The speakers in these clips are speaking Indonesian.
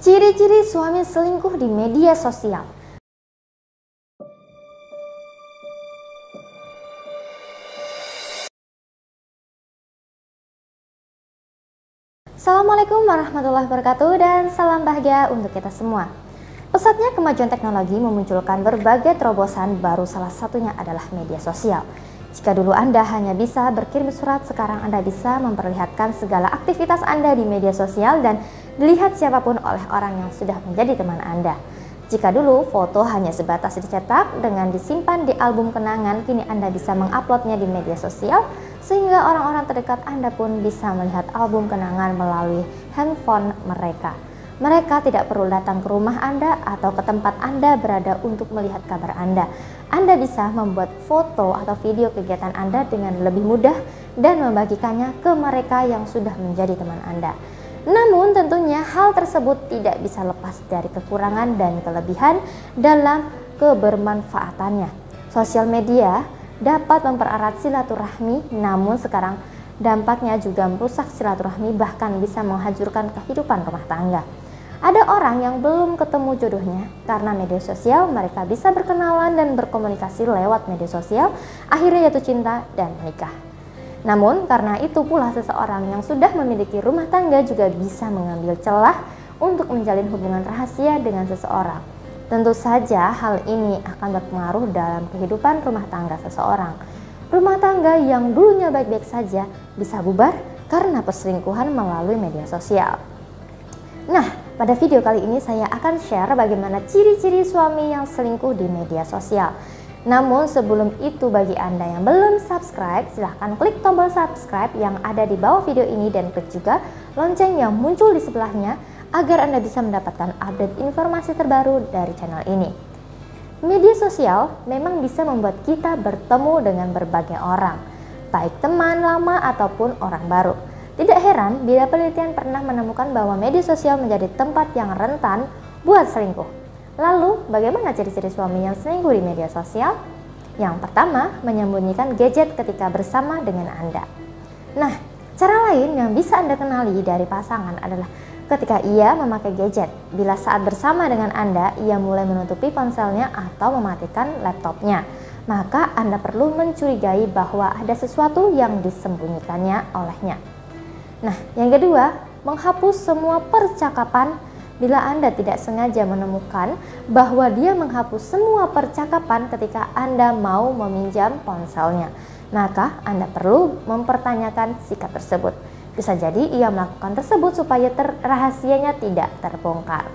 Ciri-ciri suami selingkuh di media sosial. Assalamualaikum warahmatullahi wabarakatuh dan salam bahagia untuk kita semua. Pesatnya kemajuan teknologi memunculkan berbagai terobosan baru, salah satunya adalah media sosial. Jika dulu Anda hanya bisa berkirim surat, sekarang Anda bisa memperlihatkan segala aktivitas Anda di media sosial dan dilihat siapapun oleh orang yang sudah menjadi teman Anda. Jika dulu foto hanya sebatas dicetak dengan disimpan di album kenangan, kini Anda bisa menguploadnya di media sosial sehingga orang-orang terdekat Anda pun bisa melihat album kenangan melalui handphone mereka. Mereka tidak perlu datang ke rumah Anda atau ke tempat Anda berada untuk melihat kabar Anda. Anda bisa membuat foto atau video kegiatan Anda dengan lebih mudah dan membagikannya ke mereka yang sudah menjadi teman Anda. Namun tentunya hal tersebut tidak bisa lepas dari kekurangan dan kelebihan dalam kebermanfaatannya. Sosial media dapat mempererat silaturahmi, namun sekarang dampaknya juga merusak silaturahmi, bahkan bisa menghancurkan kehidupan rumah tangga. Ada orang yang belum ketemu jodohnya karena media sosial, mereka bisa berkenalan dan berkomunikasi lewat media sosial, akhirnya jatuh cinta dan menikah. Namun karena itu pula seseorang yang sudah memiliki rumah tangga juga bisa mengambil celah untuk menjalin hubungan rahasia dengan seseorang. Tentu saja hal ini akan berpengaruh dalam kehidupan rumah tangga seseorang. Rumah tangga yang dulunya baik-baik saja bisa bubar karena perselingkuhan melalui media sosial. Nah, pada video kali ini saya akan share bagaimana ciri-ciri suami yang selingkuh di media sosial. Namun sebelum itu, bagi Anda yang belum subscribe, silahkan klik tombol subscribe yang ada di bawah video ini dan klik juga lonceng yang muncul di sebelahnya agar Anda bisa mendapatkan update informasi terbaru dari channel ini. Media sosial memang bisa membuat kita bertemu dengan berbagai orang, baik teman lama ataupun orang baru. Tidak heran bila penelitian pernah menemukan bahwa media sosial menjadi tempat yang rentan buat selingkuh. Lalu, bagaimana ciri-ciri suami yang selingkuh di media sosial? Yang pertama, menyembunyikan gadget ketika bersama dengan Anda. Nah, cara lain yang bisa Anda kenali dari pasangan adalah ketika ia memakai gadget. Bila saat bersama dengan Anda, ia mulai menutupi ponselnya atau mematikan laptopnya, maka Anda perlu mencurigai bahwa ada sesuatu yang disembunyikannya olehnya. Nah, yang kedua, menghapus semua percakapan. Bila Anda tidak sengaja menemukan bahwa dia menghapus semua percakapan ketika Anda mau meminjam ponselnya, maka Anda perlu mempertanyakan sikap tersebut. Bisa jadi ia melakukan tersebut supaya rahasianya tidak terbongkar.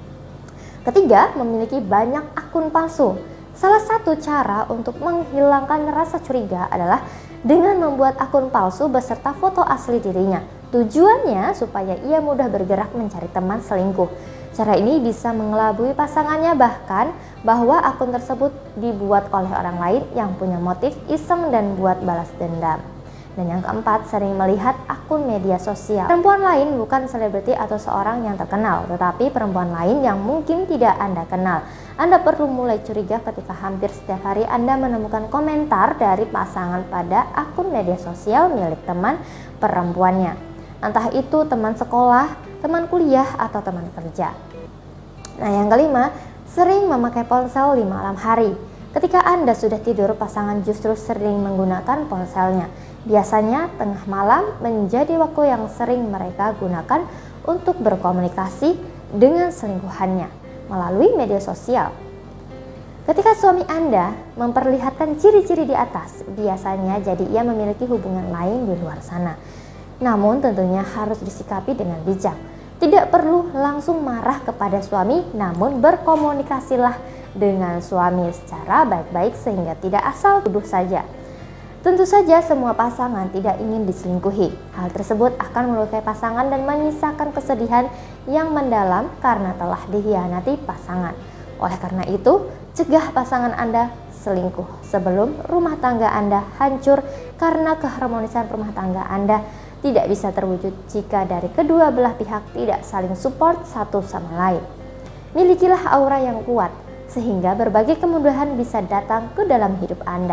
Ketiga, memiliki banyak akun palsu. Salah satu cara untuk menghilangkan rasa curiga adalah dengan membuat akun palsu beserta foto asli dirinya. Tujuannya supaya ia mudah bergerak mencari teman selingkuh. Cara ini bisa mengelabui pasangannya, bahkan bahwa akun tersebut dibuat oleh orang lain yang punya motif iseng dan buat balas dendam. Dan yang keempat, sering melihat akun media sosial perempuan lain, bukan selebriti atau seorang yang terkenal, tetapi perempuan lain yang mungkin tidak Anda kenal. Anda perlu mulai curiga ketika hampir setiap hari Anda menemukan komentar dari pasangan pada akun media sosial milik teman perempuannya. Entah itu teman sekolah, teman kuliah, atau teman kerja. Nah, yang kelima, sering memakai ponsel di malam hari. Ketika Anda sudah tidur, pasangan justru sering menggunakan ponselnya. Biasanya tengah malam menjadi waktu yang sering mereka gunakan untuk berkomunikasi dengan selingkuhannya melalui media sosial. Ketika suami Anda memperlihatkan ciri-ciri di atas, biasanya jadi ia memiliki hubungan lain di luar sana. Namun tentunya harus disikapi dengan bijak. Tidak perlu langsung marah kepada suami, namun berkomunikasilah dengan suami secara baik-baik sehingga tidak asal tuduh saja. Tentu saja semua pasangan tidak ingin diselingkuhi. Hal tersebut akan melukai pasangan dan menyisakan kesedihan yang mendalam karena telah dikhianati pasangan. Oleh karena itu, cegah pasangan Anda selingkuh sebelum rumah tangga Anda hancur, karena keharmonisan rumah tangga Anda tidak bisa terwujud jika dari kedua belah pihak tidak saling support satu sama lain. Milikilah aura yang kuat sehingga berbagai kemudahan bisa datang ke dalam hidup Anda.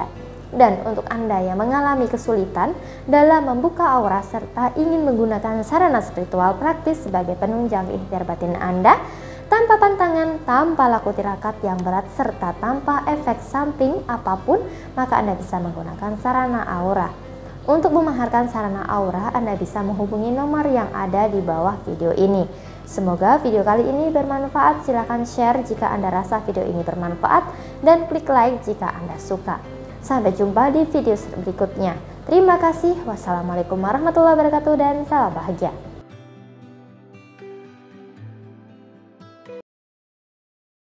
Dan untuk Anda yang mengalami kesulitan dalam membuka aura serta ingin menggunakan sarana spiritual praktis sebagai penunjang ikhtiar batin Anda, tanpa pantangan, tanpa laku tirakat yang berat, serta tanpa efek samping apapun, maka Anda bisa menggunakan sarana aura. Untuk memaharkan sarana aura, Anda bisa menghubungi nomor yang ada di bawah video ini. Semoga video kali ini bermanfaat. Silahkan share jika Anda rasa video ini bermanfaat dan klik like jika Anda suka. Sampai jumpa di video berikutnya. Terima kasih. Wassalamualaikum warahmatullahi wabarakatuh dan salam bahagia.